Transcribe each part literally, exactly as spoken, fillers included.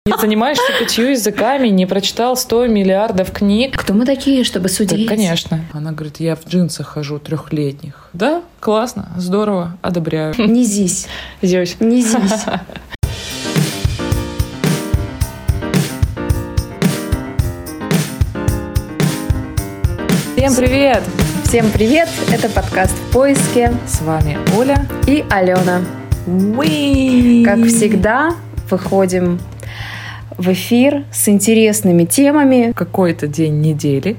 Не занимаешься пятью языками, не прочитал сто миллиардов книг. Кто мы такие, чтобы судить? Да, конечно. Она говорит, я в джинсах хожу трехлетних. Да, классно, здорово, одобряю. Не зись. Зюсь. Не зись. Всем привет! Всем привет! Это подкаст «В поиске». С вами Оля и Алена. Уи! Как всегда, выходим в эфир с интересными темами. Какой-то день недели.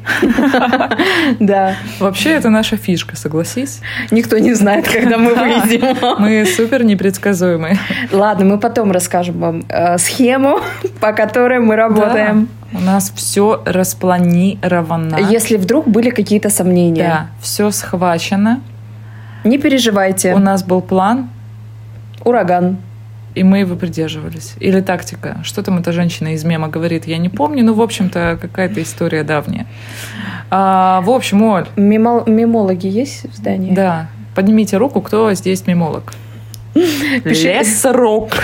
Да. Вообще, это наша фишка, согласись? Никто не знает, когда мы выйдем. Мы супер непредсказуемые. Ладно, мы потом расскажем вам э, схему, по которой мы работаем. Да. У нас все распланировано. Если вдруг были какие-то сомнения. Да, все схвачено. Не переживайте. У нас был план. Ураган. И мы его придерживались. Или тактика. Что там эта женщина из мема говорит, я не помню. Ну, в общем-то, какая-то история давняя. А, в общем, Оль. Мемо- мемологи есть в здании? Да. Поднимите руку, кто здесь мемолог. Лесорог.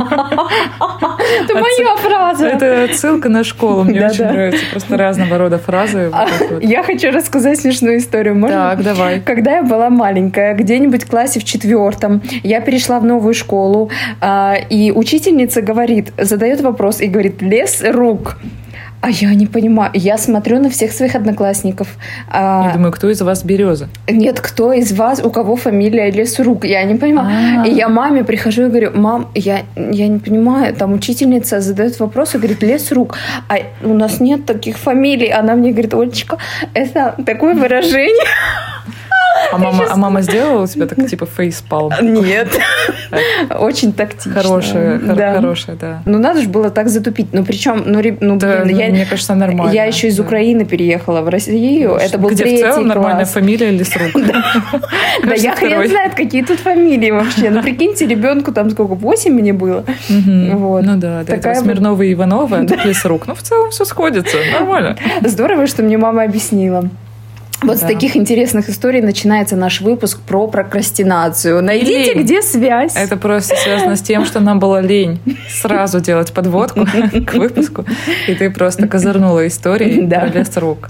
Это моя фраза. Это отсылка на школу. Мне очень нравится. Просто разного рода фразы. Я хочу рассказать смешную историю. Можно? Так, давай. Когда я была маленькая, где-нибудь в классе в четвертом, я перешла в новую школу, и учительница говорит, задает вопрос и говорит: лесорог. А я не понимаю. Я смотрю на всех своих одноклассников. Я думаю, кто из вас Береза? Нет, кто из вас, у кого фамилия Лесорук? Я не понимаю. А-а-а. И я маме прихожу и говорю: мам, я, я не понимаю. Там учительница задает вопрос и говорит: Лесорук. А у нас нет таких фамилий. Она мне говорит: Олечка, это такое выражение. А мама, сейчас... а мама сделала у тебя так типа фейспалм? Нет. Очень тактично. Хорошая, да. Хорошая, да. Ну, надо же было так затупить. Ну, причем, ну, ну да, блин, ну, я, мне кажется, нормально. Я еще из да. Украины переехала в Россию. Ну, это был где третий в целом класс. Нормальная фамилия Лесорук. Да, я хрен знает, какие тут фамилии вообще. Ну, прикиньте, ребенку там сколько, восемь мне было. Ну да, да. Смирнова и Иванова, а тут Лесорук. Ну, в целом все сходится. Нормально. Здорово, что мне мама объяснила. Вот да. С таких интересных историй начинается наш выпуск про прокрастинацию. Найдите, лень. Где связь. Это просто связано с тем, что нам было лень сразу делать подводку к выпуску. И ты просто козырнула историей про Лесорук.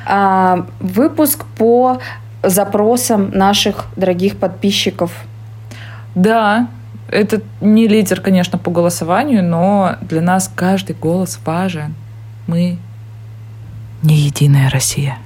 Выпуск по запросам наших дорогих подписчиков. Да, это не лидер, конечно, по голосованию, но для нас каждый голос важен. Мы не единая Россия.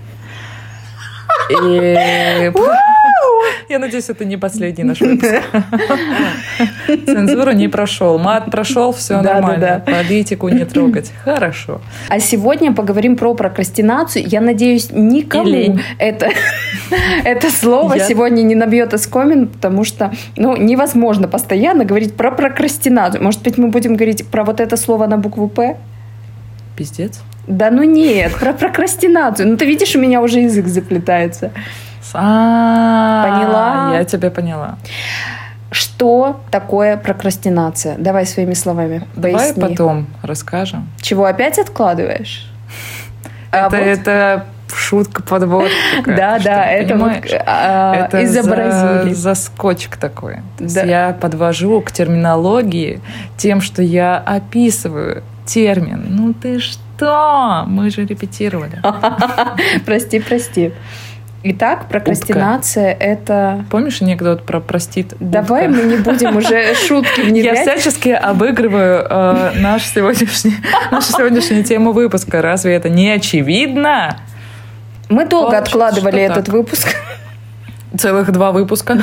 И... Я надеюсь, это не последний наш выпуск. Цензуру не прошел. Мат прошел, все да, нормально. Да, да. Политику не трогать. Хорошо. А сегодня поговорим про прокрастинацию. Я надеюсь, никому это, это слово Я... сегодня не набьет оскомин, потому что ну, невозможно постоянно говорить про прокрастинацию. Может быть, мы будем говорить про вот это слово на букву «П»? Пиздец. Да ну нет, про прокрастинацию. Ну ты видишь, у меня уже язык заплетается. А-а-а, поняла? Я тебя поняла. Что такое прокрастинация? Давай своими словами поясни. Давай потом расскажем. Чего, опять откладываешь? Это, а вот... это шутка, подводка. Да, да, это вот а, это изобразили. За, заскочек такой. То есть да. Я подвожу к терминологии тем, что я описываю термин. Ну ты что? Мы же репетировали. Прости, прости. Итак, прокрастинация — это... Помнишь анекдот про простит? Давай мы не будем уже шутки внедрять. Я всячески обыгрываю э, наш сегодняшний, нашу сегодняшнюю тему выпуска. Разве это не очевидно? Мы долго Получится, откладывали этот так. выпуск. Целых два выпуска.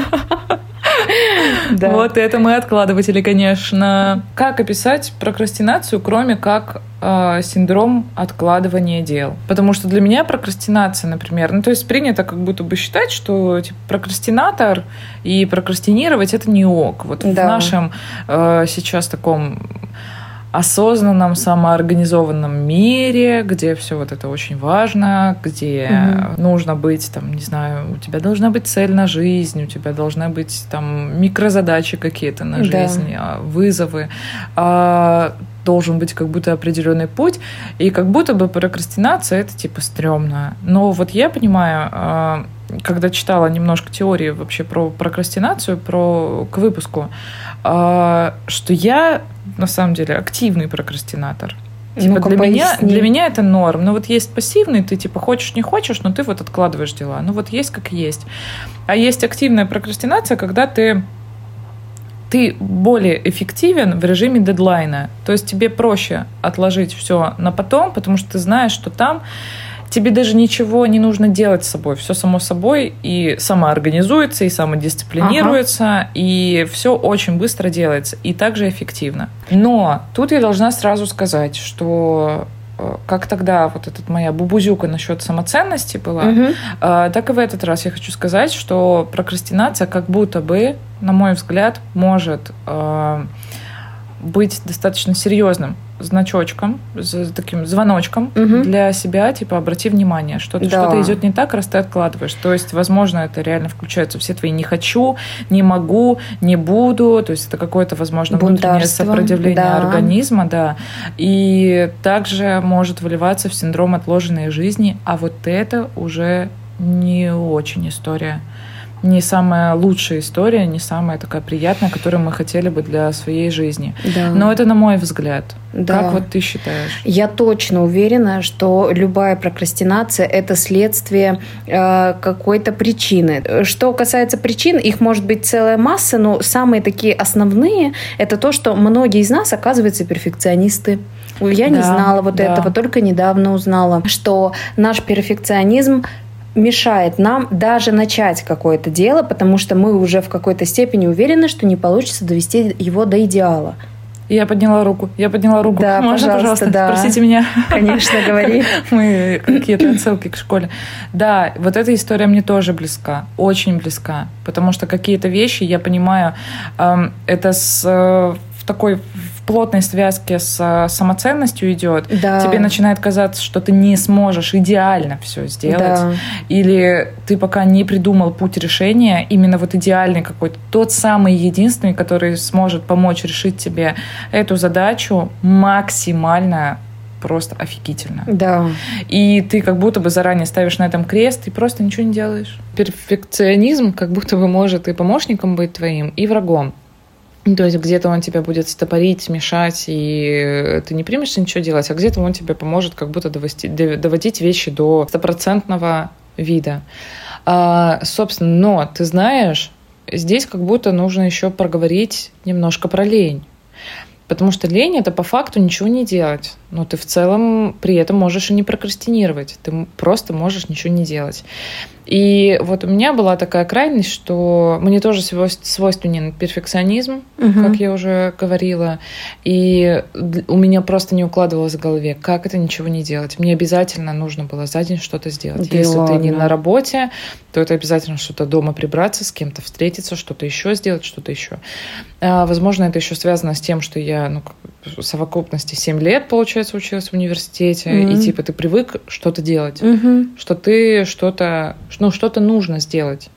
Да. Вот это мы откладыватели, конечно. Как описать прокрастинацию, кроме как э, синдром откладывания дел? Потому что для меня прокрастинация, например, ну то есть принято как будто бы считать, что типа, прокрастинатор и прокрастинировать это не ок. Вот да. В нашем э, сейчас таком осознанном, самоорганизованном мире, где все вот это очень важно, где угу. нужно быть, там, не знаю, у тебя должна быть цель на жизнь, у тебя должны быть там микрозадачи какие-то на жизнь, да. вызовы, должен быть как будто определенный путь, и как будто бы прокрастинация это типа стрёмно. Но вот я понимаю, когда читала немножко теории вообще про прокрастинацию, про, к выпуску, что я на самом деле активный прокрастинатор. Типа Ну-ка, для меня, поясни. для меня это норм. Но вот есть пассивный, ты типа хочешь, не хочешь, но ты вот откладываешь дела. Ну вот есть как есть. А есть активная прокрастинация, когда ты, ты более эффективен в режиме дедлайна. То есть тебе проще отложить все на потом, потому что ты знаешь, что там тебе даже ничего не нужно делать с собой. Все само собой и самоорганизуется, и самодисциплинируется, ага. и все очень быстро делается, и также эффективно. Но тут я должна сразу сказать, что как тогда вот эта моя бубузюка насчет самоценности была, угу. так и в этот раз я хочу сказать, что прокрастинация как будто бы, на мой взгляд, может быть достаточно серьезным значочком, таким звоночком угу. для себя, типа, обрати внимание, что-то, да. что-то идет не так, раз ты откладываешь. То есть, возможно, это реально включаются все твои «не хочу», «не могу», «не буду», то есть это какое-то, возможно, внутреннее сопротивление да. организма, да. И также может выливаться в синдром отложенной жизни, а вот это уже не очень история. Не самая лучшая история, не самая такая приятная, которую мы хотели бы для своей жизни. Да. Но это на мой взгляд. Да. Как вот ты считаешь? Я точно уверена, что любая прокрастинация – это следствие э, какой-то причины. Что касается причин, их может быть целая масса, но самые такие основные – это то, что многие из нас, оказываются, перфекционисты. Я да, не знала вот да. этого, только недавно узнала, что наш перфекционизм мешает нам даже начать какое-то дело, потому что мы уже в какой-то степени уверены, что не получится довести его до идеала. Я подняла руку. Я подняла руку. Да, Можно, пожалуйста, пожалуйста, да. спросите меня? Конечно, говори. Мы какие-то отсылки к школе. Да, вот эта история мне тоже близка. Очень близка. Потому что какие-то вещи, я понимаю, это с в такой в плотной связке с самоценностью идет. Да. Тебе начинает казаться, что ты не сможешь идеально все сделать. Да. Или ты пока не придумал путь решения, именно вот идеальный какой-то, тот самый единственный, который сможет помочь решить тебе эту задачу максимально просто офигительно. Да. И ты как будто бы заранее ставишь на этом крест и просто ничего не делаешь. Перфекционизм как будто бы может и помощником быть твоим, и врагом. То есть где-то он тебя будет стопорить, мешать, и ты не примешься ничего делать, а где-то он тебе поможет как будто довести, доводить вещи до стопроцентного вида. А, собственно, но ты знаешь, здесь как будто нужно еще проговорить немножко про лень. Потому что лень – это по факту ничего не делать. Но ты в целом при этом можешь и не прокрастинировать. Ты просто можешь ничего не делать. И вот у меня была такая крайность, что мне тоже свойственен перфекционизм, угу. как я уже говорила. И у меня просто не укладывалось в голове, как это ничего не делать. Мне обязательно нужно было за день что-то сделать. Да Если ладно. ты не на работе, то это обязательно что-то дома прибраться, с кем-то встретиться, что-то еще сделать, что-то еще. Возможно, это еще связано с тем, что я ну, в совокупности семь лет, получается, училась в университете, mm-hmm. и типа ты привык что-то делать, mm-hmm. что ты что-то, ну, что-то нужно сделать.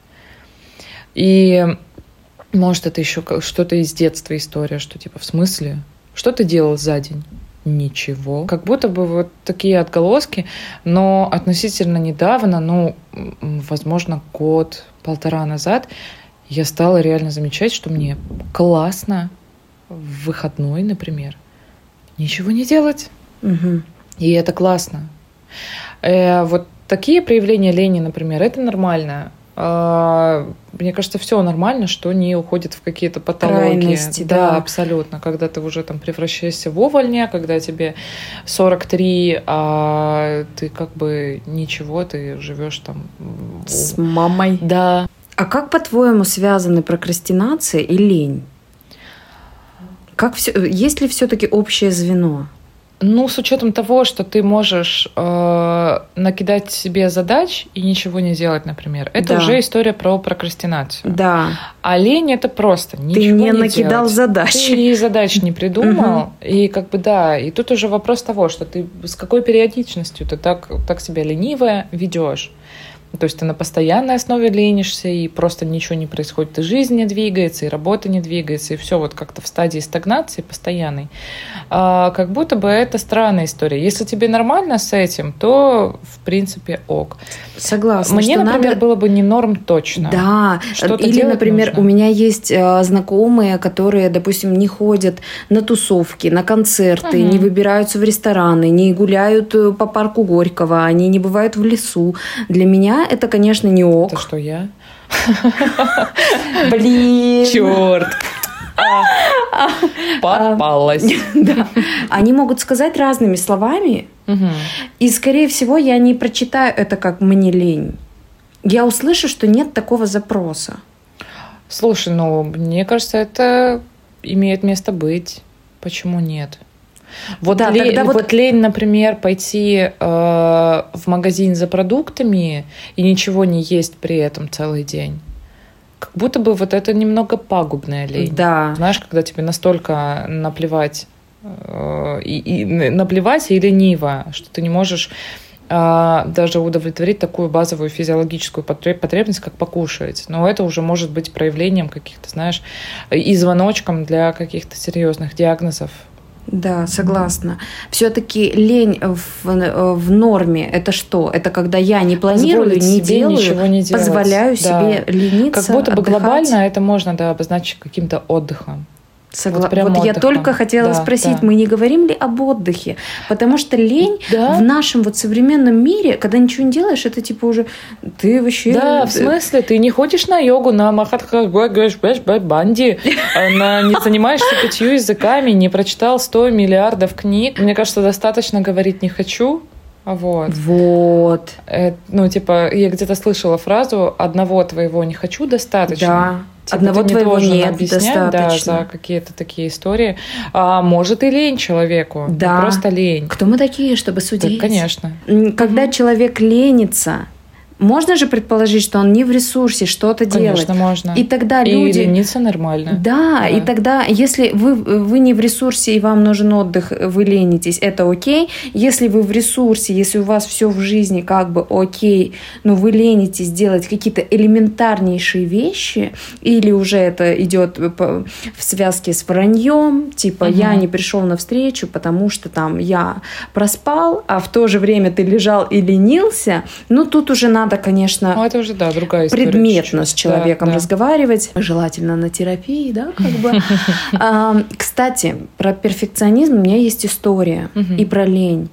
И может, это еще что-то из детства история, что типа в смысле, что ты делал за день? Ничего. Как будто бы вот такие отголоски, но относительно недавно, ну, возможно, год-полтора назад, я стала реально замечать, что мне классно в выходной, например, ничего не делать. Угу. И это классно. Э, вот такие проявления лени, например, это нормально. Э, мне кажется, все нормально, что не уходит в какие-то патологии. Крайности, да, да, абсолютно. Когда ты уже там превращаешься в увольня, когда тебе сорок три, а ты как бы ничего, ты живешь там с мамой. Да. А как, по-твоему, связаны прокрастинация и лень? Как все, есть ли все-таки общее звено? Ну, с учетом того, что ты можешь э, накидать себе задач и ничего не делать, например, это да. уже история про прокрастинацию. Да. А лень это просто ничего ты не, не накидал делать. задач. Ты задач не придумал, угу. и как бы да, и тут уже вопрос того, что ты с какой периодичностью ты так, так себя лениво ведешь. То есть ты на постоянной основе ленишься, и просто ничего не происходит, и жизнь не двигается, и работа не двигается, и все вот как-то в стадии стагнации постоянной. А, как будто бы это странная история. Если тебе нормально с этим, то, в принципе, ок. Согласна. Мне, например, надо... было бы не норм точно. Да. Что-то Или, например, нужно. У меня есть э, знакомые, которые, допустим, не ходят на тусовки, на концерты, угу. не выбираются в рестораны, не гуляют по парку Горького, они не бывают в лесу. Для меня это, конечно, не ок. Это что, я? Блин. Черт. Попалась. Да. Они могут сказать разными словами, и, скорее всего, я не прочитаю это как «мне лень». Я услышу, что нет такого запроса. Слушай, ну, мне кажется, это имеет место быть. Почему нет? Вот, да, лень, вот... вот лень, например, пойти э, в магазин за продуктами и ничего не есть при этом целый день. Как будто бы вот это немного пагубная лень. Да. Знаешь, когда тебе настолько наплевать, э, и, и, наплевать и лениво, что ты не можешь э, даже удовлетворить такую базовую физиологическую потребность, как покушать. Но это уже может быть проявлением каких-то, знаешь, и звоночком для каких-то серьезных диагнозов. Да, согласна. Все-таки лень в, в норме – это что? Это когда я не планирую, Позволить не себе делаю, ничего не делать. Позволяю да. себе лениться, как будто бы отдыхать. Глобально это можно, да, обозначить каким-то отдыхом. Согла... Вот, вот я только хотела да, спросить, да. мы не говорим ли об отдыхе? Потому что лень да. в нашем вот современном мире, когда ничего не делаешь, это типа уже ты вообще... Да, в смысле? Ты не ходишь на йогу, на махатха банди, не занимаешься пятью языками, не прочитал сто миллиардов книг. Мне кажется, достаточно говорить «не хочу». Вот. Вот. Это, ну, типа, я где-то слышала фразу «одного твоего не хочу достаточно». Да. Типа, одного твоего нет достаточно. Да, за какие-то такие истории. А может и лень человеку. Да. Ну, просто лень. Кто мы такие, чтобы судить? Да, конечно. Когда mm-hmm. человек ленится, можно же предположить, что он не в ресурсе что-то делать. Конечно, можно. И тогда люди... И лениться нормально. Да, да, и тогда, если вы, вы не в ресурсе и вам нужен отдых, вы ленитесь, это окей. Если вы в ресурсе, если у вас все в жизни как бы окей, но вы ленитесь делать какие-то элементарнейшие вещи, или уже это идет в связке с враньем, типа угу. я не пришел на встречу, потому что там я проспал, а в то же время ты лежал и ленился, ну тут уже надо, конечно, ну, это уже, да, другая история, предметно чуть-чуть. с человеком да, да. разговаривать, желательно на терапии, да, как бы. А, кстати, про перфекционизм у меня есть история и про лень.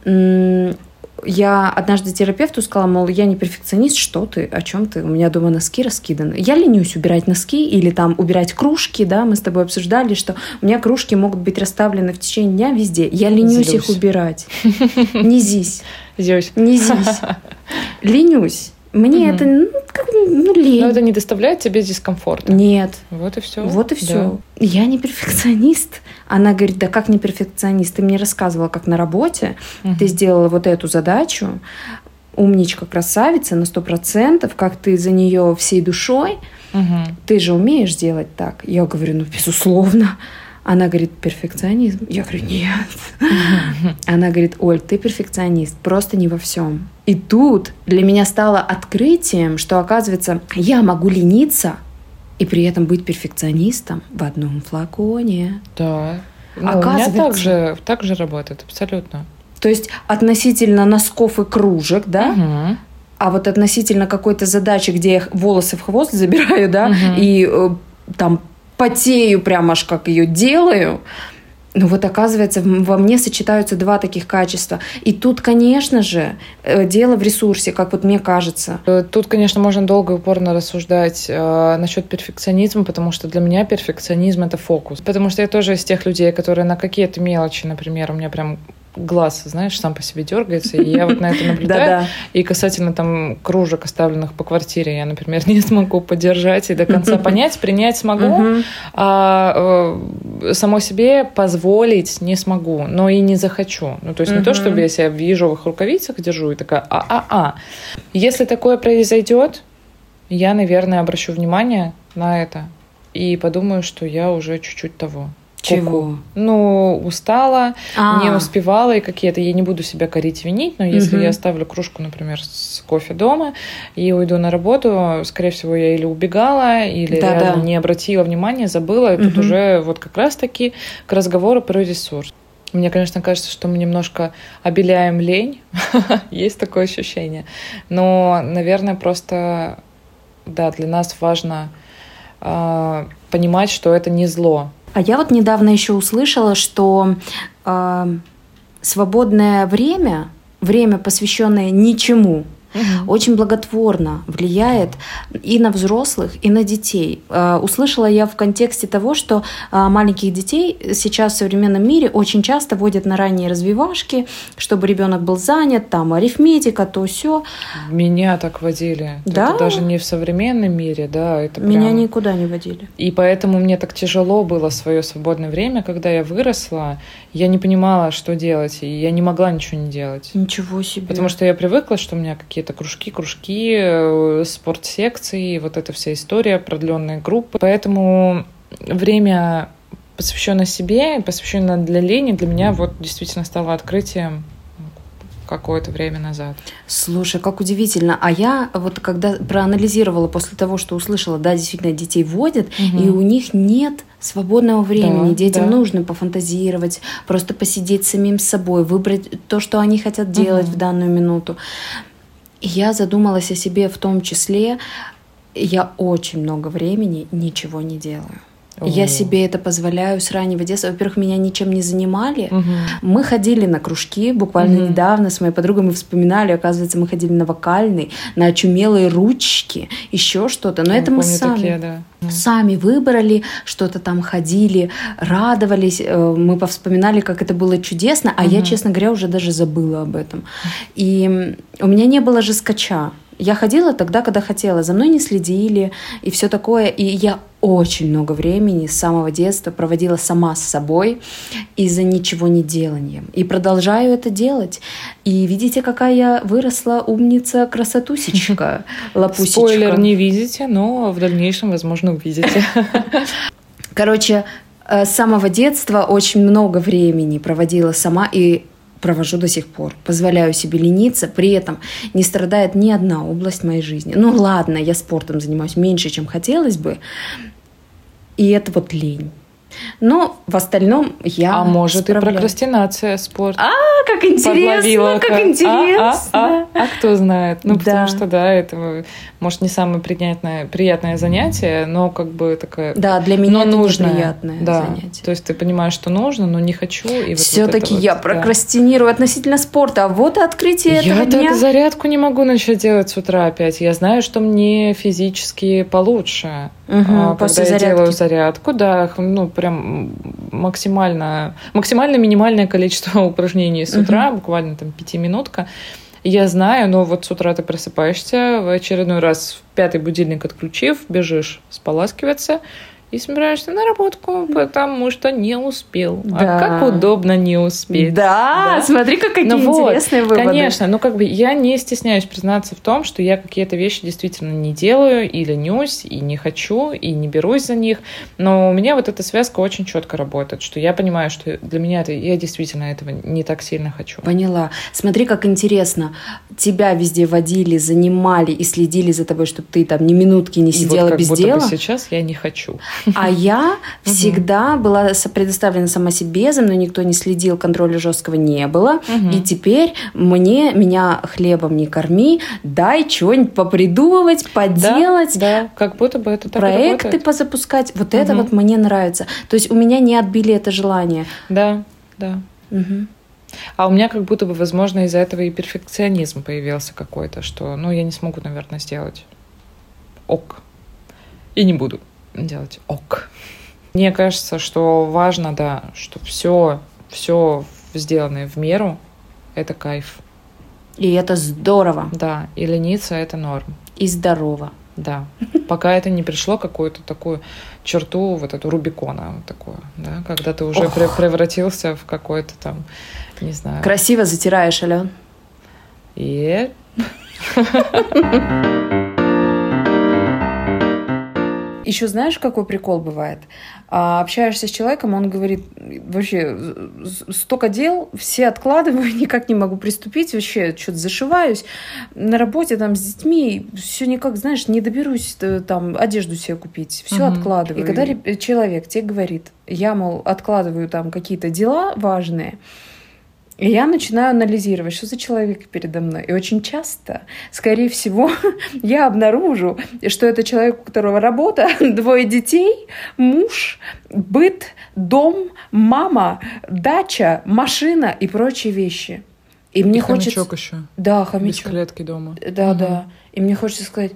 Я однажды терапевту сказала, мол, я не перфекционист, что ты, о чем ты? У меня дома носки раскиданы. Я ленюсь убирать носки или там убирать кружки, да, мы с тобой обсуждали, что у меня кружки могут быть расставлены в течение дня везде. Я ленюсь Злюсь. их убирать. Не зись. Зюсь. Не зись. Ленюсь. Мне угу. это ну, как, ну, лень. Но это не доставляет тебе дискомфорта? Нет. Вот и все. Вот и все. Да. Я не перфекционист. Она говорит, да как не перфекционист? Ты мне рассказывала, как на работе угу. ты сделала вот эту задачу. Умничка, красавица на сто процентов, как ты за нее всей душой. Угу. Ты же умеешь делать так? Я говорю, ну, безусловно. Она говорит, перфекционизм? Я говорю, нет. Она говорит, Оль, ты перфекционист, просто не во всем. И тут для меня стало открытием, что, оказывается, я могу лениться и при этом быть перфекционистом в одном флаконе. Да. Ну, оказывается, у меня так же, так же работает, абсолютно. То есть относительно носков и кружек, да? Угу. А вот относительно какой-то задачи, где я волосы в хвост забираю, да, угу. и э, там потею прямо аж как ее делаю. Ну вот оказывается, во мне сочетаются два таких качества. И тут, конечно же, дело в ресурсе, как вот мне кажется. Тут, конечно, можно долго и упорно рассуждать э, насчет перфекционизма, потому что для меня перфекционизм — это фокус. Потому что я тоже из тех людей, которые на какие-то мелочи, например, у меня прям глаз, знаешь, сам по себе дергается, и я вот на это наблюдаю. И касательно там кружек, оставленных по квартире, я, например, не смогу поддержать и до конца понять, принять смогу, а само себе позволить не смогу, но и не захочу. Ну, то есть не то, чтобы я себя в ежовых рукавицах держу и такая а-а-а. Если такое произойдет, я, наверное, обращу внимание на это и подумаю, что я уже чуть-чуть того. Чего? Ну, устала, А. не успевала, и какие-то... Я не буду себя корить, винить, но если Мгм. я оставлю кружку, например, с кофе дома и уйду на работу, скорее всего, я или убегала, или Да-да. реально не обратила внимания, забыла. И тут Мгм. уже вот как раз-таки к разговору про ресурс. Мне, конечно, кажется, что мы немножко обеляем лень. Есть такое ощущение. Но, наверное, просто, да, для нас важно э, понимать, что это не зло. А я вот недавно еще услышала, что э, свободное время, время, посвященное ничему, Мгм. очень благотворно влияет и на взрослых, и на детей. Э, Услышала я в контексте того, что э, маленьких детей сейчас в современном мире очень часто водят на ранние развивашки, чтобы ребенок был занят, там арифметика, то все. Меня так водили. Да? Это даже не в современном мире, да, это Меня прям... никуда не водили. И поэтому мне так тяжело было свое свободное время, когда я выросла, я не понимала, что делать, и я не могла ничего не делать. Ничего себе. Потому что я привыкла, что у меня какие-то кружки, кружки, э, спортсекции, вот эта вся история, продленные группы. Поэтому время, посвященное себе, посвященное для лени, для меня вот действительно стало открытием какое-то время назад. Слушай, как удивительно. А я вот когда проанализировала после того, что услышала, да, действительно, детей водят, Мгм. и у них нет свободного времени. Да, Детям да. нужно пофантазировать, просто посидеть с самим собой, выбрать то, что они хотят делать Мгм. в данную минуту. И я задумалась о себе в том числе. Я очень много времени ничего не делаю. Я О. себе это позволяю с раннего детства. Во-первых, меня ничем не занимали. Мгм. Мы ходили на кружки буквально Мгм. недавно с моей подругой, мы вспоминали, оказывается, мы ходили на вокальный, на очумелые ручки, еще что-то. Но Я это мы помню сами. такие, да. Мгм. Сами выбрали, что-то там ходили, радовались, э, мы повспоминали, как это было чудесно, а я, Мгм. честно говоря, уже даже забыла об этом. И м, у меня не было же скача. Я ходила тогда, когда хотела, за мной не следили и все такое. И я очень много времени с самого детства проводила сама с собой из-за ничего не деланием. И продолжаю это делать. И видите, какая я выросла умница, красотусечка, лапусечка. Спойлер не видите, но в дальнейшем, возможно, увидите. Короче, э, с самого детства очень много времени проводила сама и провожу до сих пор. Позволяю себе лениться, при этом не страдает ни одна область моей жизни. Ну ладно, я спортом занимаюсь меньше, чем хотелось бы, и это вот лень. Но в остальном я А может и справляюсь. прокрастинация, спорт. А, как интересно, Подловила как как. интересно. А, а, а, а кто знает? Ну, Да. потому что, да, это, может, не самое приятное, приятное занятие, но как бы такое... Да, для меня но это нужное. неприятное Да. занятие. То есть ты понимаешь, что нужно, но не хочу. И вот Все-таки вот это я вот, да. прокрастинирую относительно спорта. А вот и открытие Я этого дня. так зарядку не могу начать делать с утра опять. Я знаю, что мне физически получше. Мгм, А, после когда я зарядки. делаю зарядку, да, ну прям максимально, максимально минимальное количество упражнений с утра, буквально там пятиминутка. Я знаю, но вот с утра ты просыпаешься, в очередной раз пятый будильник отключив, бежишь споласкиваться и собираешься на работку, потому что не успел. Да. А как удобно не успеть. Да, Да. смотри, какие Ну вот, интересные выводы. конечно, ну как бы я не стесняюсь признаться в том, что я какие-то вещи действительно не делаю, и ленюсь, и не хочу, и не берусь за них, но у меня вот эта связка очень четко работает, что я понимаю, что для меня это, я действительно этого не так сильно хочу. Поняла. Смотри, как интересно. Тебя везде водили, занимали и следили за тобой, чтобы ты там ни минутки не И сидела вот как без будто дела. бы сейчас я не хочу. А я всегда была со- предоставлена сама себе, за мной никто не следил, контроля жесткого не было. Мгм. И теперь мне, меня хлебом не корми, дай что-нибудь попридумывать, поделать. Да, как будто бы это так и Проекты работает. позапускать. Вот это Мгм. вот мне нравится. То есть у меня не отбили это желание. Да, да. Мгм. А у меня как будто бы, возможно, из-за этого и перфекционизм появился какой-то, что, ну, я не смогу, наверное, сделать ок. И не буду делать ок. Мне кажется, что важно, да, что все, все сделанное в меру, это кайф. И это здорово. Да, и лениться — это норм. И здорово. Да, пока это не пришло какую-то такую черту, вот эту Рубикона, вот такую, да, когда ты уже Ох. пре- превратился в какой-то там, не знаю. Красиво затираешь, Ален. И Еще знаешь, какой прикол бывает? А, общаешься с человеком, он говорит, вообще, столько дел, все откладываю, никак не могу приступить, вообще, что-то зашиваюсь. На работе там с детьми все никак, знаешь, не доберусь там одежду себе купить, все угу. откладываю. И когда человек тебе говорит, я, мол, откладываю там какие-то дела важные, и я начинаю анализировать, что за человек передо мной. И очень часто, скорее всего, я обнаружу, что это человек, у которого работа, двое детей, муж, быт, дом, мама, дача, машина и прочие вещи. И мне и хочется... хомячок еще. Да, хомячок. Без клетки дома. Да, угу. да. И мне хочется сказать...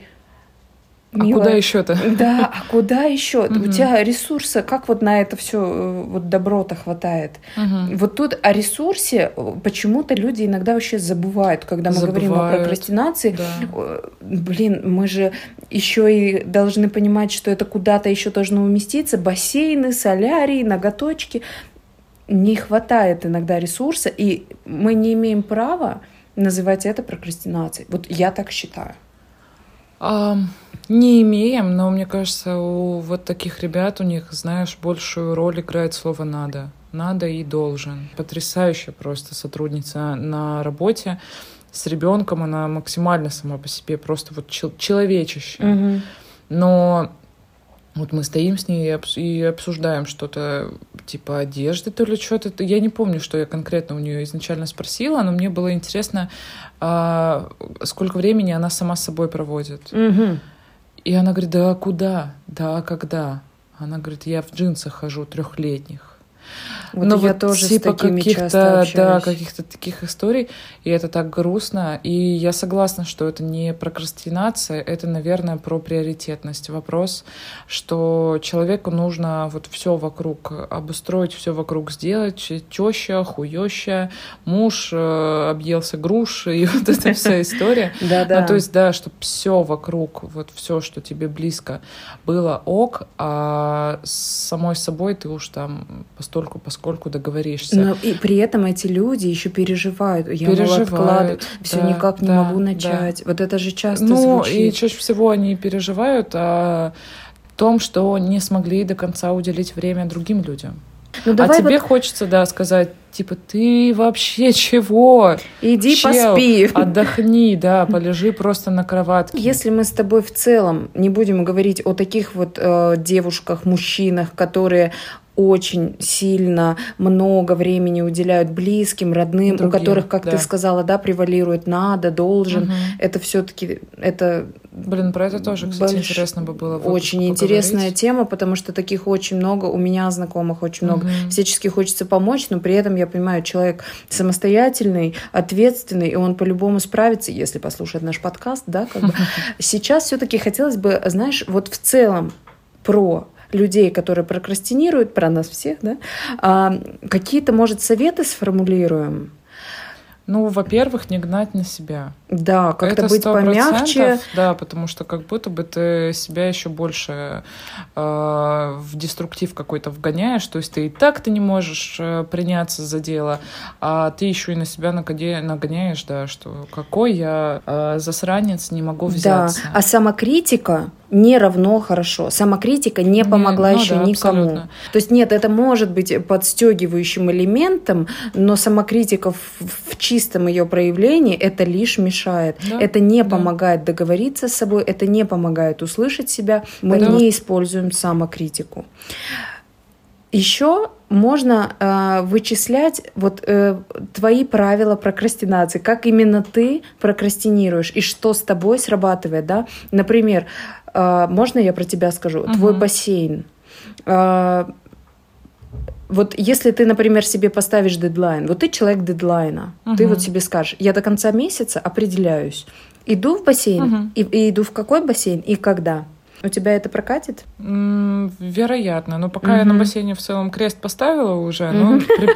А милая, куда еще-то? Да, а куда еще? У тебя ресурса, как вот на это все вот добро-то хватает? Угу. Вот тут о ресурсе почему-то люди иногда вообще забывают, когда мы Забывают. говорим о прокрастинации. Да. Блин, мы же еще и должны понимать, что это куда-то еще должно уместиться. Бассейны, солярии, ноготочки. Не хватает иногда ресурса, и мы не имеем права называть это прокрастинацией. Вот я так считаю. А, не имеем, но мне кажется, у вот таких ребят, у них, знаешь, большую роль играет слово «надо». Надо и должен. Потрясающая просто сотрудница на работе с ребенком, она максимально сама по себе просто вот человечища. Угу. Но вот мы стоим с ней и обсуждаем что-то типа одежды, то ли что-то. Я не помню, что я конкретно у нее изначально спросила, но мне было интересно, а, сколько времени она сама с собой проводит. Угу. И она говорит, да куда? Да, когда? Она говорит, я в джинсах хожу трехлетних. Вот Но я вот тоже типа с такими каких-то, часто общаюсь. да, каких-то таких историй, и это так грустно. И я согласна, что это не прокрастинация, это, наверное, про приоритетность. Вопрос, что человеку нужно вот все вокруг обустроить, все вокруг сделать, теща, хуёща, муж э, объелся груш, и вот эта вся история. Да-да. Ну, то есть, да, чтобы все вокруг, вот все, что тебе близко, было ок, а с самой собой ты уж там постольку, поскольку договоришься. Но и при этом эти люди еще переживают. Я переживают, откладываю, все да, никак не да, могу начать. Да. Вот это же часто ну, звучит. И чаще всего они переживают о том, что не смогли до конца уделить время другим людям. Ну, а давай тебе вот... хочется, да, сказать, типа, ты вообще чего? Иди Чел, поспи. Отдохни, да, полежи просто на кроватке. Если мы с тобой в целом не будем говорить о таких вот э, девушках, мужчинах, которые очень сильно много времени уделяют близким, родным, Другим, у которых, как да. ты сказала, да, превалирует надо, должен. Угу. Это все-таки это. Блин, про это тоже, кстати, больш... интересно бы было. Очень интересная тема, потому что таких очень много, у меня знакомых очень много. Угу. Всячески хочется помочь, но при этом я понимаю, человек самостоятельный, ответственный, и он по-любому справится, если послушает наш подкаст, да, как бы. Сейчас все-таки хотелось бы, знаешь, вот в целом про людей, которые прокрастинируют, про нас всех, да, а, какие-то, может, советы сформулируем? Ну, во-первых, не гнать на себя. Да, как-то это быть помягче. Да, потому что как будто бы ты себя еще больше э, в деструктив какой-то вгоняешь. То есть ты и так ты не можешь э, приняться за дело, а ты еще и на себя нагоняешь, да, что какой я э, засранец, не могу взяться. Да, а самокритика не равно хорошо. Самокритика не помогла не, ну еще да, никому. Абсолютно. То есть нет, это может быть подстегивающим элементом, но самокритика в, в чистом ее проявлении это лишь мешает. Да, это не да. помогает договориться с собой, это не помогает услышать себя. Мы да. не используем самокритику. Еще можно э, вычислять вот э, твои правила прокрастинации, как именно ты прокрастинируешь и что с тобой срабатывает, да? Например, э, можно я про тебя скажу? Uh-huh. Твой бассейн. Э, вот если ты, например, себе поставишь дедлайн, вот ты человек дедлайна, uh-huh. ты вот себе скажешь, я до конца месяца определяюсь, иду в бассейн, uh-huh. и, и иду в какой бассейн и когда. У тебя это прокатит? Mm, вероятно. Но пока mm-hmm. я на бассейне в целом крест поставила уже, mm-hmm. ну, при,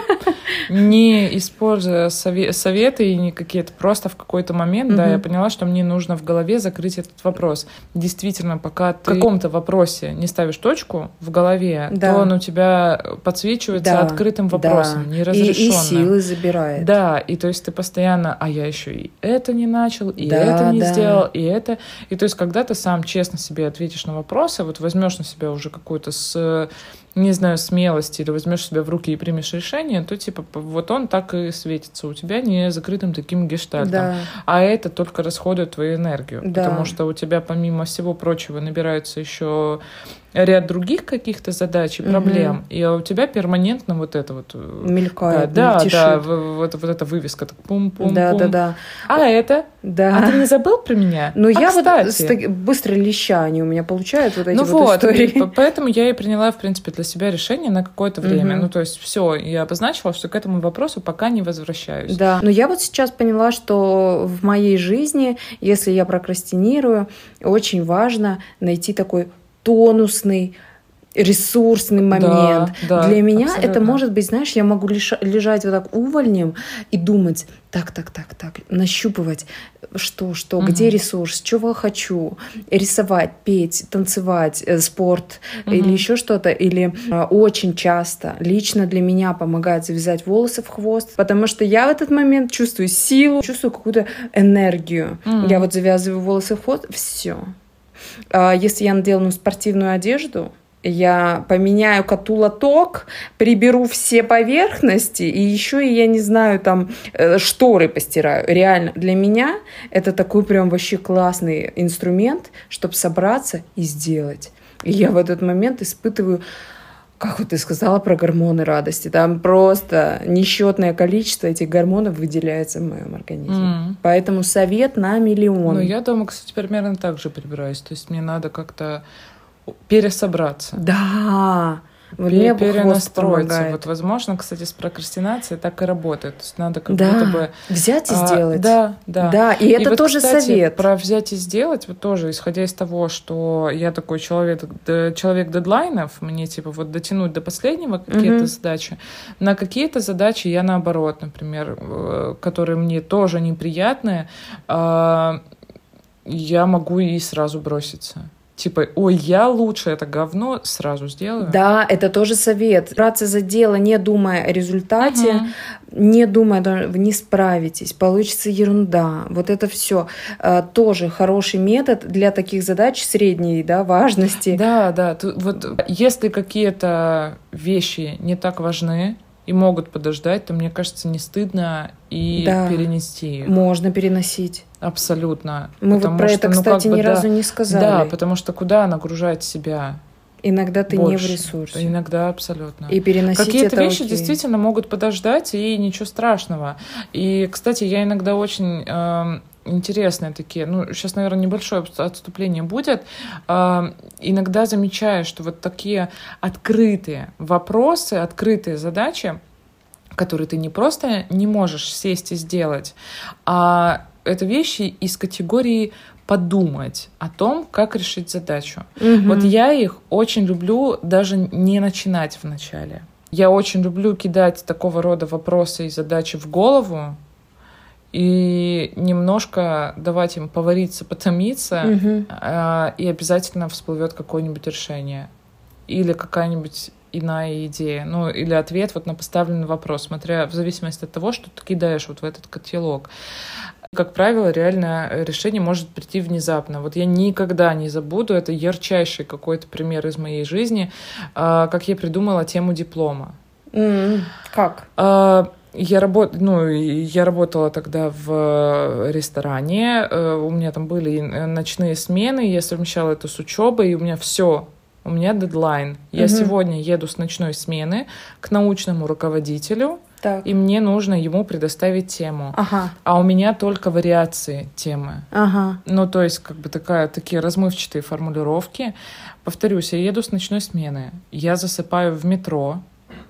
не используя сове- советы и не какие-то, просто в какой-то момент, mm-hmm. да, я поняла, что мне нужно в голове закрыть этот вопрос. Действительно, пока ты в каком-то вопросе не ставишь точку в голове, да. то он у тебя подсвечивается да. открытым вопросом, да. неразрешенным. И, и силы забирает. Да, и то есть ты постоянно, а я еще и это не начал, и да, это не да. сделал, и это. И то есть когда ты сам честно себе ответишь на вопросы, вот возьмешь на себя уже какую-то с... не знаю, смелости, или возьмешь себя в руки и примешь решение, то, типа, вот он так и светится у тебя не закрытым таким гештальтом. Да. А это только расходует твою энергию. Да. Потому что у тебя, помимо всего прочего, набираются еще ряд других каких-то задач и проблем, угу. и у тебя перманентно вот это вот... Мелькает, да, мельтешит. Да, вот, вот эта вывеска, так пум-пум-пум. Да, да, да. А это? Да. А ты не забыл про меня? Ну, а, я кстати. вот так, быстро леща, они у меня получают вот эти ну вот, вот истории. Поэтому я и приняла, в принципе, для себя решение на какое-то время. Угу. Ну, то есть все, я обозначила, что к этому вопросу пока не возвращаюсь. Да, но я вот сейчас поняла, что в моей жизни, если я прокрастинирую, очень важно найти такой тонусный, ресурсный момент. Да, да, Для меня абсолютно. Это может быть, знаешь, я могу лежа- лежать вот так увольнем и думать, так, так, так, так, нащупывать, что, что, угу. где ресурс, чего хочу, рисовать, петь, танцевать, э, спорт угу. или еще что-то. Или э, очень часто лично для меня помогает завязать волосы в хвост, потому что я в этот момент чувствую силу, чувствую какую-то энергию. Угу. Я вот завязываю волосы в хвост, все. А если я надела ну, спортивную одежду, я поменяю коту лоток, приберу все поверхности, и еще и, я не знаю, там, шторы постираю. Реально, для меня это такой прям вообще классный инструмент, чтобы собраться и сделать. И я в этот момент испытываю, как вот ты сказала про гормоны радости, там просто несчетное количество этих гормонов выделяется в моем организме. Mm. Поэтому совет на миллион. Ну, я дома, кстати, примерно так же прибираюсь. То есть мне надо как-то пересобраться. Да. Мне перенастроиться. Вот, возможно, кстати, с прокрастинацией так и работает. То есть надо как да. будто бы... взять и а, сделать. Да, да. Да, и, и это вот, тоже кстати, совет. Про взять и сделать, вот тоже, исходя из того, что я такой человек, человек дедлайнов, мне типа вот дотянуть до последнего какие-то угу. задачи. На какие-то задачи я наоборот, например, которые мне тоже неприятные, я могу и сразу броситься. Типа, ой, я лучше это говно сразу сделаю. Да, это тоже совет. Браться за дело, не думая о результате, угу. не думая, вы не справитесь, получится ерунда. Вот это все тоже хороший метод для таких задач средней, да, важности. Да, да. Тут, вот, если какие-то вещи не так важны и могут подождать, то, мне кажется, не стыдно и да, перенести их. Можно переносить. Абсолютно. Мы потому вот про что, это, кстати, ну, ни бы, разу да, не сказали. Да, потому что куда нагружать себя? Иногда ты больше. Не в ресурсе. Иногда абсолютно. И переносить какие-то это вещи окей. Действительно могут подождать, и ничего страшного. И, кстати, я иногда очень... Э, интересные такие, ну, сейчас, наверное, небольшое отступление будет, э, иногда замечаю, что вот такие открытые вопросы, открытые задачи, которые ты не просто не можешь сесть и сделать, а это вещи из категории подумать о том, как решить задачу. Mm-hmm. Вот я их очень люблю даже не начинать вначале. Я очень люблю кидать такого рода вопросы и задачи в голову и немножко давать им повариться, потомиться, mm-hmm. э, и обязательно всплывет какое-нибудь решение или какая-нибудь иная идея, ну или ответ вот на поставленный вопрос, смотря в зависимости от того, что ты кидаешь вот в этот котелок. Как правило, реально решение может прийти внезапно. Вот я никогда не забуду, это ярчайший какой-то пример из моей жизни, как я придумала тему диплома. Mm, как? Я, работ... ну, я работала тогда в ресторане, у меня там были ночные смены, я совмещала это с учебой, и у меня все. У меня дедлайн. Я угу. сегодня еду с ночной смены к научному руководителю, так. и мне нужно ему предоставить тему. Ага. А у меня только вариации темы. Ага. Ну, то есть, как бы такая, такие размывчатые формулировки. Повторюсь, я еду с ночной смены, я засыпаю в метро,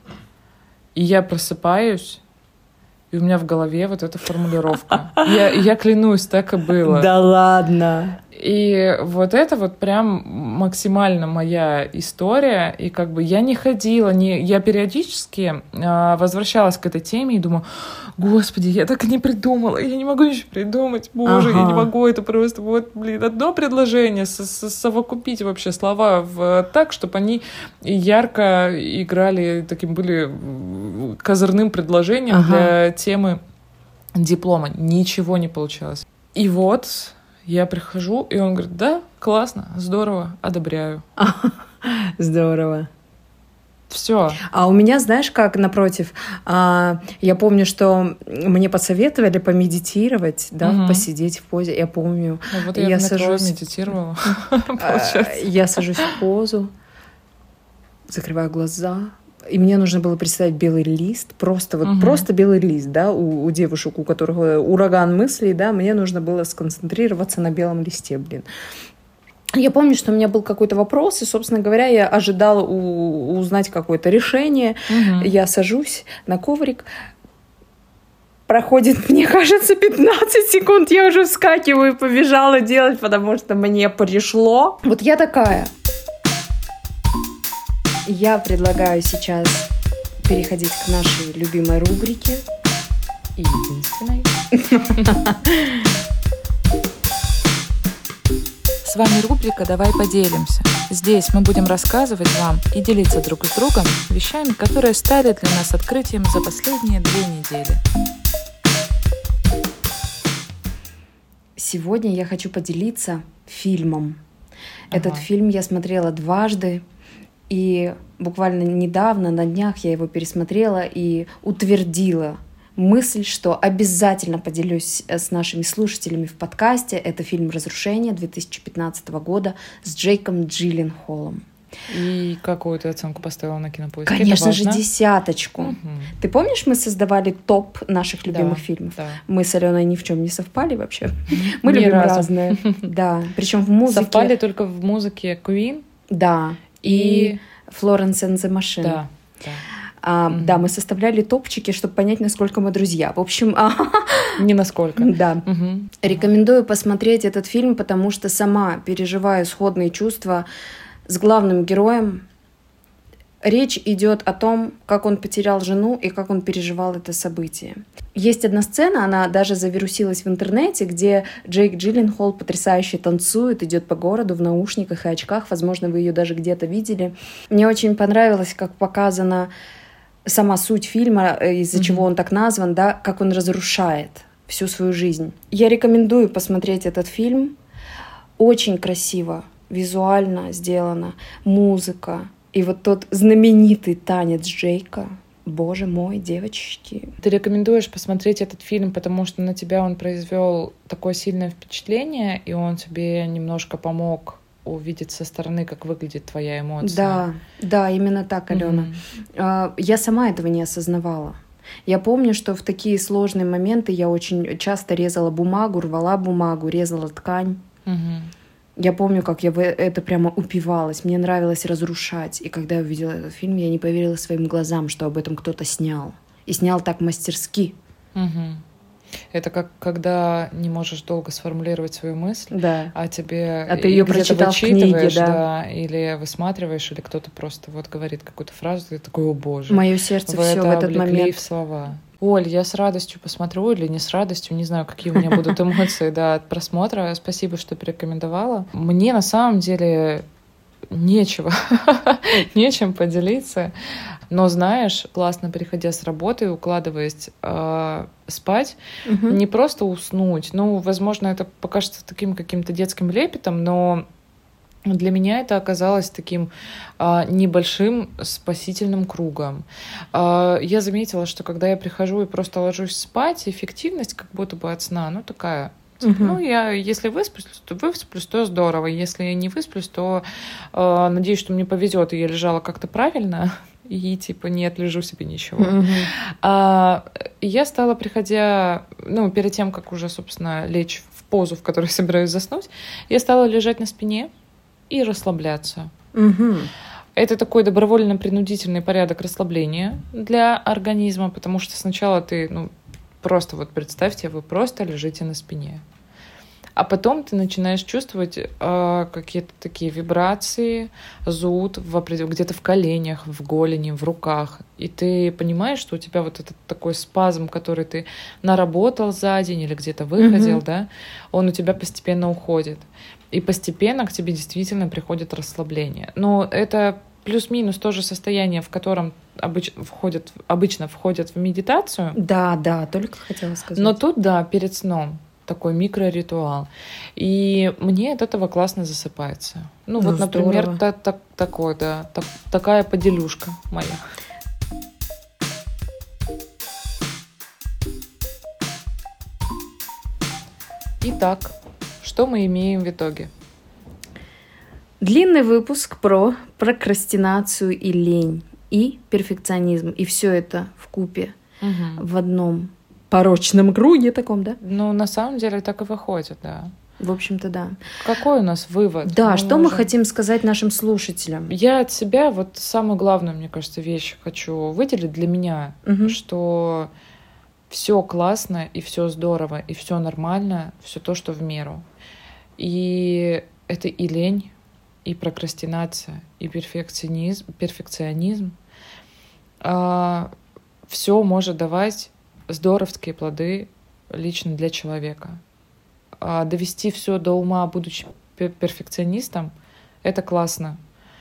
и я просыпаюсь, и у меня в голове вот эта формулировка. Я, я клянусь, так и было. Да ладно. И вот это вот прям максимально моя история. И как бы я не ходила, не... я периодически э, возвращалась к этой теме и думаю, господи, я так и не придумала, я не могу еще придумать, боже, ага. я не могу, это просто вот, блин, одно предложение, совокупить вообще слова в, так, чтобы они ярко играли, таким были козырным предложением ага. для темы диплома. Ничего не получалось. И вот я прихожу, и он говорит, да, классно, здорово, одобряю. Здорово. Все. А у меня, знаешь, как напротив, а, я помню, что мне посоветовали помедитировать, да, угу. посидеть в позе. Я помню. Ну, вот я, я в метро сажусь... медитировала. Я сажусь в позу, закрываю глаза. И мне нужно было представить белый лист, просто вот угу. просто белый лист, да, у, у девушек, у которых ураган мыслей, да, мне нужно было сконцентрироваться на белом листе, блин. Я помню, что у меня был какой-то вопрос, и, собственно говоря, я ожидала у, узнать какое-то решение. Угу. Я сажусь на коврик, проходит, мне кажется, пятнадцать секунд, я уже вскакиваю и побежала делать, потому что мне пришло. Вот я такая. Я предлагаю сейчас переходить к нашей любимой рубрике. И единственной. С вами рубрика «Давай поделимся». Здесь мы будем рассказывать вам и делиться друг с другом вещами, которые стали для нас открытием за последние две недели. Сегодня я хочу поделиться фильмом. Ага. Этот фильм я смотрела дважды, и буквально недавно, на днях, я его пересмотрела и утвердила мысль, что обязательно поделюсь с нашими слушателями в подкасте. Это фильм «Разрушение» две тысячи пятнадцатого года с Джейком Джилленхолом. И какую ты оценку поставила на Кинопоиске? Конечно же, десяточку. Угу. Ты помнишь, мы создавали топ наших любимых да, фильмов? Да. Мы с Аленой ни в чем не совпали вообще. Мы любим разные. Да, причем в музыке. Совпали только в музыке Queen. Да. И Florence and the Machine. Да. Да. А, mm-hmm. Да, мы составляли топчики, чтобы понять, насколько мы друзья. В общем... Не насколько. Да. Mm-hmm. Рекомендую посмотреть этот фильм, потому что сама переживаю сходные чувства с главным героем. Речь идет о том, как он потерял жену и как он переживал это событие. Есть одна сцена, она даже завирусилась в интернете, где Джейк Джилленхол потрясающе танцует, идет по городу в наушниках и очках. Возможно, вы ее даже где-то видели. Мне очень понравилось, как показана сама суть фильма, из-за mm-hmm. чего он так назван, да, как он разрушает всю свою жизнь. Я рекомендую посмотреть этот фильм. Очень красиво, визуально сделано, музыка. И вот тот знаменитый танец Джейка. Боже мой, девочки. Ты рекомендуешь посмотреть этот фильм, потому что на тебя он произвел такое сильное впечатление, и он тебе немножко помог увидеть со стороны, как выглядит твоя эмоция. Да, да, именно так, Алена. Mm-hmm. Я сама этого не осознавала. Я помню, что в такие сложные моменты я очень часто резала бумагу, рвала бумагу, резала ткань. Mm-hmm. Я помню, как я в это прямо упивалась. Мне нравилось разрушать. И когда я увидела этот фильм, я не поверила своим глазам, что об этом кто-то снял. И снял так мастерски. Угу. Это как когда не можешь долго сформулировать свою мысль, да. а тебе а ты ее прочитал в книге, да. да, или высматриваешь, или кто-то просто вот говорит какую-то фразу, ты такой, о боже. Мое сердце вы все это в этот момент. В слова. Оль, я с радостью посмотрю или не с радостью, не знаю, какие у меня будут эмоции да, от просмотра. Спасибо, что порекомендовала. Мне на самом деле нечего, нечем поделиться. Но знаешь, классно, приходя с работы, укладываясь э, спать, угу. не просто уснуть. Ну, возможно, это покажется таким каким-то детским лепетом, но для меня это оказалось таким а, небольшим спасительным кругом. А, я заметила, что когда я прихожу и просто ложусь спать, эффективность как будто бы от сна, ну, такая... Uh-huh. Ну, я, если высплюсь, то высплюсь, то здорово. Если я не высплюсь, то э, надеюсь, что мне повезет, и я лежала как-то правильно, и, типа, не отлежу себе ничего. Uh-huh. А, я стала, приходя, ну, перед тем, как уже, собственно, лечь в позу, в которой собираюсь заснуть, я стала лежать на спине и расслабляться. Uh-huh. Это такой добровольно-принудительный порядок расслабления для организма, потому что сначала ты, ну, просто вот представьте, вы просто лежите на спине. А потом ты начинаешь чувствовать э, какие-то такие вибрации, зуд в опред- где-то в коленях, в голени, в руках. И ты понимаешь, что у тебя вот этот такой спазм, который ты наработал за день или где-то выходил, mm-hmm. да, он у тебя постепенно уходит. И постепенно к тебе действительно приходит расслабление. Но это плюс-минус то же состояние, в котором обыч... входят, обычно входят в медитацию. Да, да, только хотела сказать. Но тут, да, перед сном такой микроритуал. И мне от этого классно засыпается. Ну, ну вот, например, та, та, такой, да, та, такая поделюшка моя. Итак, что мы имеем в итоге? Длинный выпуск про прокрастинацию и лень, и перфекционизм. И все это вкупе угу. в одном порочном круге таком, да? Ну, на самом деле так и выходит, да. В общем-то, да. Какой у нас вывод? Да, мы что можем... мы хотим сказать нашим слушателям? Я от себя вот самую главную, мне кажется, вещь хочу выделить для меня, угу. что все классно, и все здорово, и все нормально, все то, что в меру. И это и лень, и прокрастинация, и перфекционизм, перфекционизм. А, все может давать здоровские плоды лично для человека. А довести все до ума, будучи перфекционистом, это классно.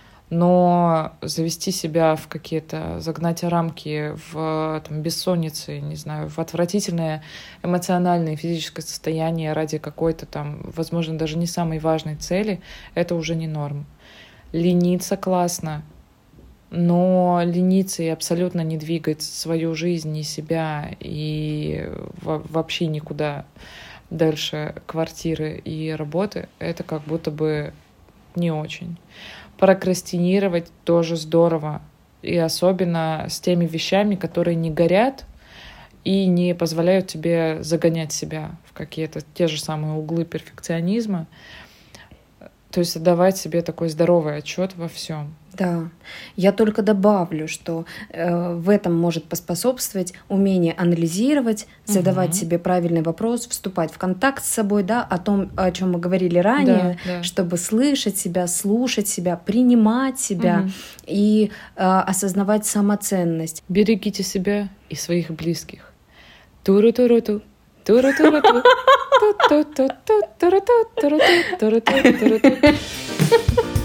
Но завести себя в какие-то, загнать рамки в там, бессонницы, не знаю, в отвратительное эмоциональное и физическое состояние ради какой-то там, возможно, даже не самой важной цели, это уже не норм. Лениться классно, но лениться и абсолютно не двигать свою жизнь, ни себя и вообще никуда дальше квартиры и работы, это как будто бы не очень. Прокрастинировать тоже здорово. И особенно с теми вещами, которые не горят и не позволяют тебе загонять себя в какие-то те же самые углы перфекционизма. То есть отдавать себе такой здоровый отчет во всем. Да, я только добавлю, что э, в этом может поспособствовать умение анализировать, задавать угу. себе правильный вопрос, вступать в контакт с собой, да, о том, о чем мы говорили ранее, да, да. чтобы слышать себя, слушать себя, принимать себя угу. и э, осознавать самоценность. Берегите себя и своих близких. Туру-туру-ту, туру-туру-ту, туру-туру-ту, туру-туру-ту, туру-туру-ту.